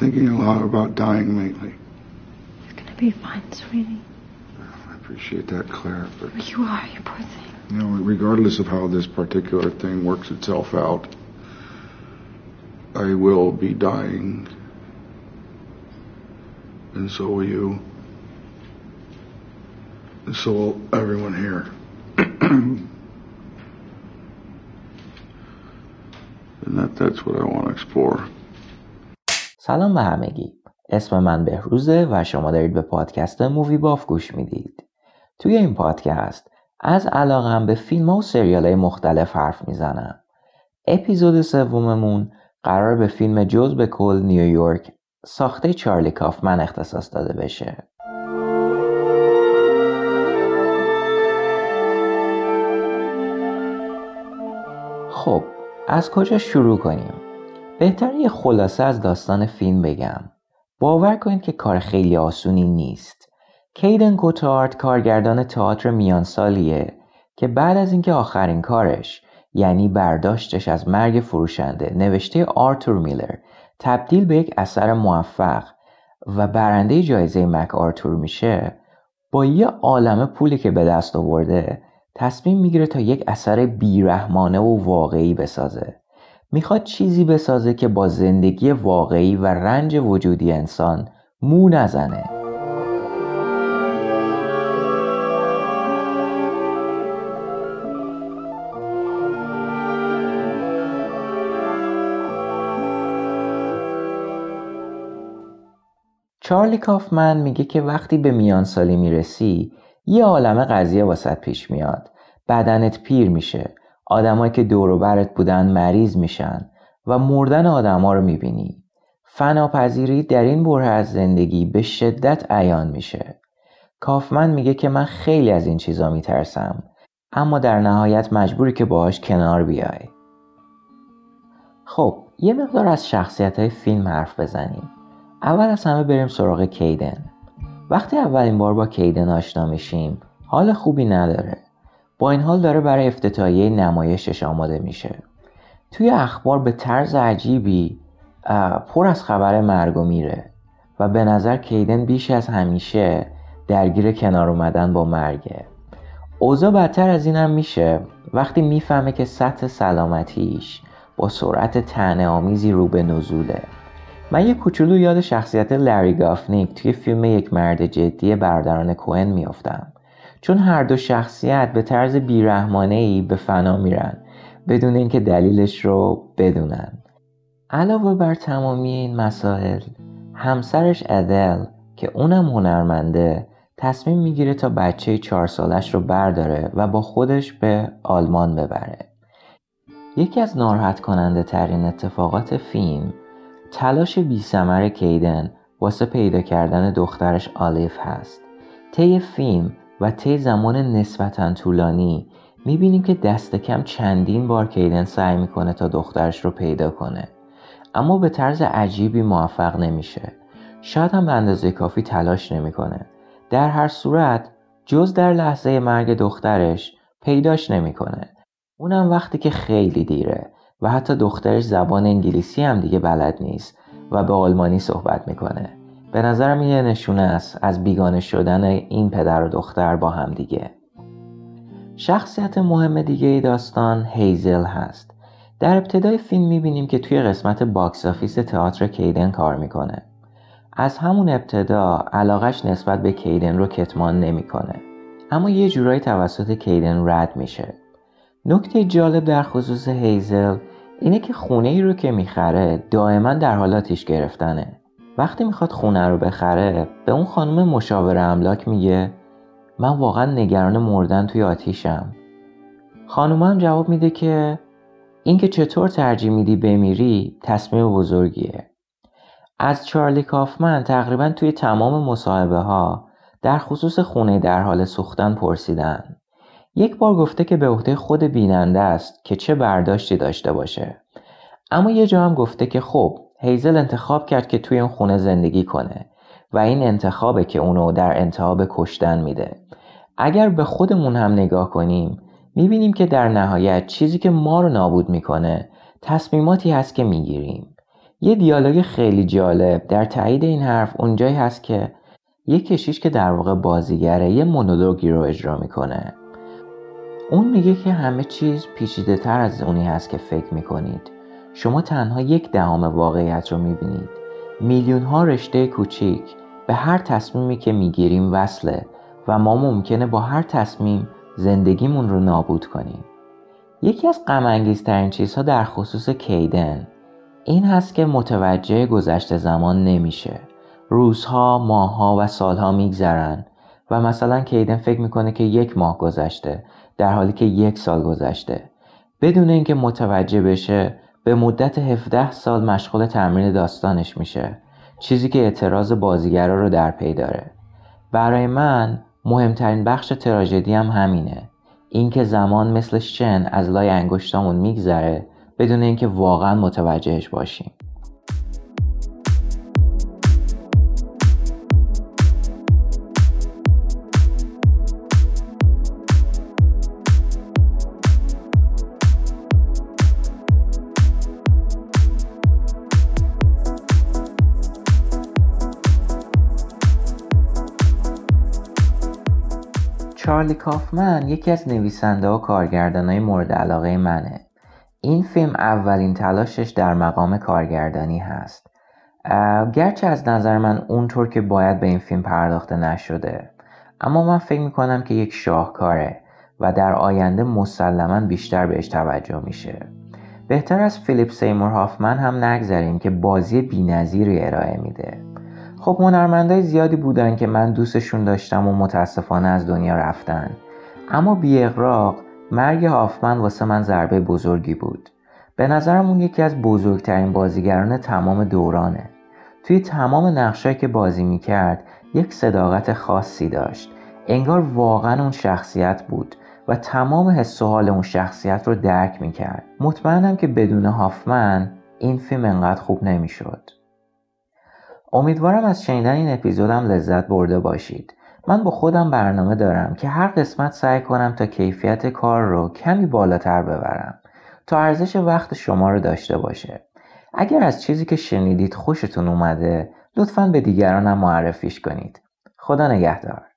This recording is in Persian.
thinking a lot about dying lately. You're gonna be fine, sweetie. I appreciate that, Claire, but... You are, you poor thing. You know, regardless of how this particular thing works itself out, I will be dying. And so will you. And so will everyone here. And that's what I want to explore. سلام به همگی. اسم من بهروزه و شما دارید به پادکست مووی باف گوش میدید. توی این پادکست از علاقم به فیلم ها و سریال های مختلف حرف میزنم. اپیزود سوممون قرار به فیلم جز به کل نیویورک ساخته چارلی کافمن اختصاص داده بشه. خب از کجا شروع کنیم؟ بهتره یه خلاصه از داستان فیلم بگم. باور کنید که کار خیلی آسونی نیست. کیدن گوتارد کارگردان تئاتر میان سالیه که بعد از اینکه آخرین کارش یعنی برداشتش از مرگ فروشنده نوشته آرتور میلر تبدیل به یک اثر موفق و برنده جایزه مک آرتور میشه، با یه عالمه پولی که به دست آورده تصمیم میگیره تا یک اثر بیرحمانه و واقعی بسازه. میخواد چیزی بسازه که با زندگی واقعی و رنج وجودی انسان مو نزنه. چارلی کافمن میگه که وقتی به میان سالی میرسی یه عالمه قضیه واسط پیش میاد. بدنت پیر میشه، آدمایی که دور و برت بودن مریض میشن و مردن آدما رو میبینی. فناپذیری در این بره از زندگی به شدت عیان میشه. کافمن میگه که من خیلی از این چیزا میترسم، اما در نهایت مجبوری که باهاش کنار بیای. خب یه مقدار از شخصیت‌های فیلم حرف بزنیم. اول از همه بریم سراغ کیدن. وقتی اولین بار با کیدن آشنا میشیم حال خوبی نداره. با این حال داره برای افتتاحیه نمایشش آماده میشه. توی اخبار به طرز عجیبی پر از خبر مرگ و میره و به نظر کیدن بیش از همیشه درگیر کنار اومدن با مرگه. اوضاع بدتر از این هم میشه وقتی میفهمه که سطح سلامتیش با سرعت طعنه‌آمیزی رو به نزوله. من یه کوچولو یاد شخصیت لری گافنیک توی فیلم یک مرد جدی برادران کوهن میافتم، چون هر دو شخصیت به طرز بیرحمانه‌ای به فنا میرن بدون اینکه دلیلش رو بدونن. علاوه بر تمامی این مسائل، همسرش ادل که اونم هنرمنده تصمیم میگیره تا بچه 4 سالش رو برداره و با خودش به آلمان ببره. یکی از ناراحت کننده ترین اتفاقات فیلم تلاش بی‌ثمر کیدن واسه پیدا کردن دخترش آلیف هست. طی فیلم و طی زمان نسبتاً طولانی میبینیم که دست کم چندین بار کیدن سعی میکنه تا دخترش رو پیدا کنه، اما به طرز عجیبی موفق نمیشه. شاید هم به اندازه کافی تلاش نمیکنه. در هر صورت جز در لحظه مرگ دخترش پیداش نمیکنه، اونم وقتی که خیلی دیره و حتی دخترش زبان انگلیسی هم دیگه بلد نیست و به آلمانی صحبت میکنه. به نظرم این یه نشونه است از بیگانه شدن این پدر و دختر با هم دیگه. شخصیت مهم دیگه داستان هیزل هست. در ابتدای فیلم میبینیم که توی قسمت باکس آفیس تئاتر کیدن کار میکنه. از همون ابتدا علاقش نسبت به کیدن رو کتمان نمیکنه، اما یه جورایی توسط کیدن رد میشه. نکته جالب در خصوص هیزل اینه که خونه ای رو که میخره دائما در حال آتیش گرفتنه. وقتی میخواد خونه رو بخره به اون خانم مشاور املاک میگه من واقعا نگران مردن توی آتیشم. خانم هم جواب میده که این که چطور ترجیح میدی بمیری تصمیم بزرگیه. از چارلی کافمن تقریبا توی تمام مصاحبه ها در خصوص خونه در حال سوختن پرسیدن. یک بار گفته که به عهده خود بیننده است که چه برداشتی داشته باشه، اما یه جا هم گفته که خب هیزل انتخاب کرد که توی اون خونه زندگی کنه و این انتخابه که اونو در انتها به کشتن میده. اگر به خودمون هم نگاه کنیم میبینیم که در نهایت چیزی که ما رو نابود میکنه تصمیماتی هست که میگیریم. یه دیالوگ خیلی جالب در تایید این حرف اونجایی هست که یه کشیش که در واقع بازیگره یه مونولوگی رو اجرا میکنه. اون میگه که همه چیز پیچیده تر از اونی هست که فکر میکنید. شما تنها 1/10 واقعیت رو میبینید. میلیون ها رشته کوچیک به هر تصمیمی که میگیریم وصله و ما ممکنه با هر تصمیم زندگیمون رو نابود کنیم. یکی از غم انگیزترین چیزها در خصوص کیدن این هست که متوجه گذشته زمان نمیشه. روزها، ماهها و سالها میگذرن و مثلا کیدن فکر میکنه که 1 ماه گذشته در حالی که 1 سال گذشته. بدون اینکه متوجه بشه به مدت 17 سال مشغول تمرین داستانش میشه، چیزی که اعتراض بازیگرا رو در پی داره. برای من مهمترین بخش تراژدی هم همینه، این که زمان مثل شن از لای انگشتامون میگذره بدون اینکه واقعا متوجهش باشیم. چارلی کافمن یکی از نویسنده و کارگردانای مورد علاقه منه. این فیلم اولین تلاشش در مقام کارگردانی هست. گرچه از نظر من اونطور که باید به این فیلم پرداخته نشده، اما من فکر میکنم که یک شاهکاره و در آینده مسلماً بیشتر بهش توجه میشه. بهتر از فیلیپ سیمور هافمن هم نگذاریم که بازی بی‌نظیری ارائه میده. خب هنرمندای زیادی بودن که من دوستشون داشتم و متاسفانه از دنیا رفتن، اما بی اغراق مرگ هافمن واسه من ضربه بزرگی بود. به نظرم اون یکی از بزرگترین بازیگران تمام دورانه. توی تمام نقشایی که بازی میکرد یک صداقت خاصی داشت. انگار واقعا اون شخصیت بود و تمام حس و حال اون شخصیت رو درک میکرد. مطمئنم که بدون هافمن این فیلم انقدر خوب نمیشد. امیدوارم از شنیدن این اپیزودم لذت برده باشید. من با خودم برنامه دارم که هر قسمت سعی کنم تا کیفیت کار رو کمی بالاتر ببرم تا ارزش وقت شما رو داشته باشه. اگر از چیزی که شنیدید خوشتون اومده لطفاً به دیگران هم معرفیش کنید. خدا نگهدار.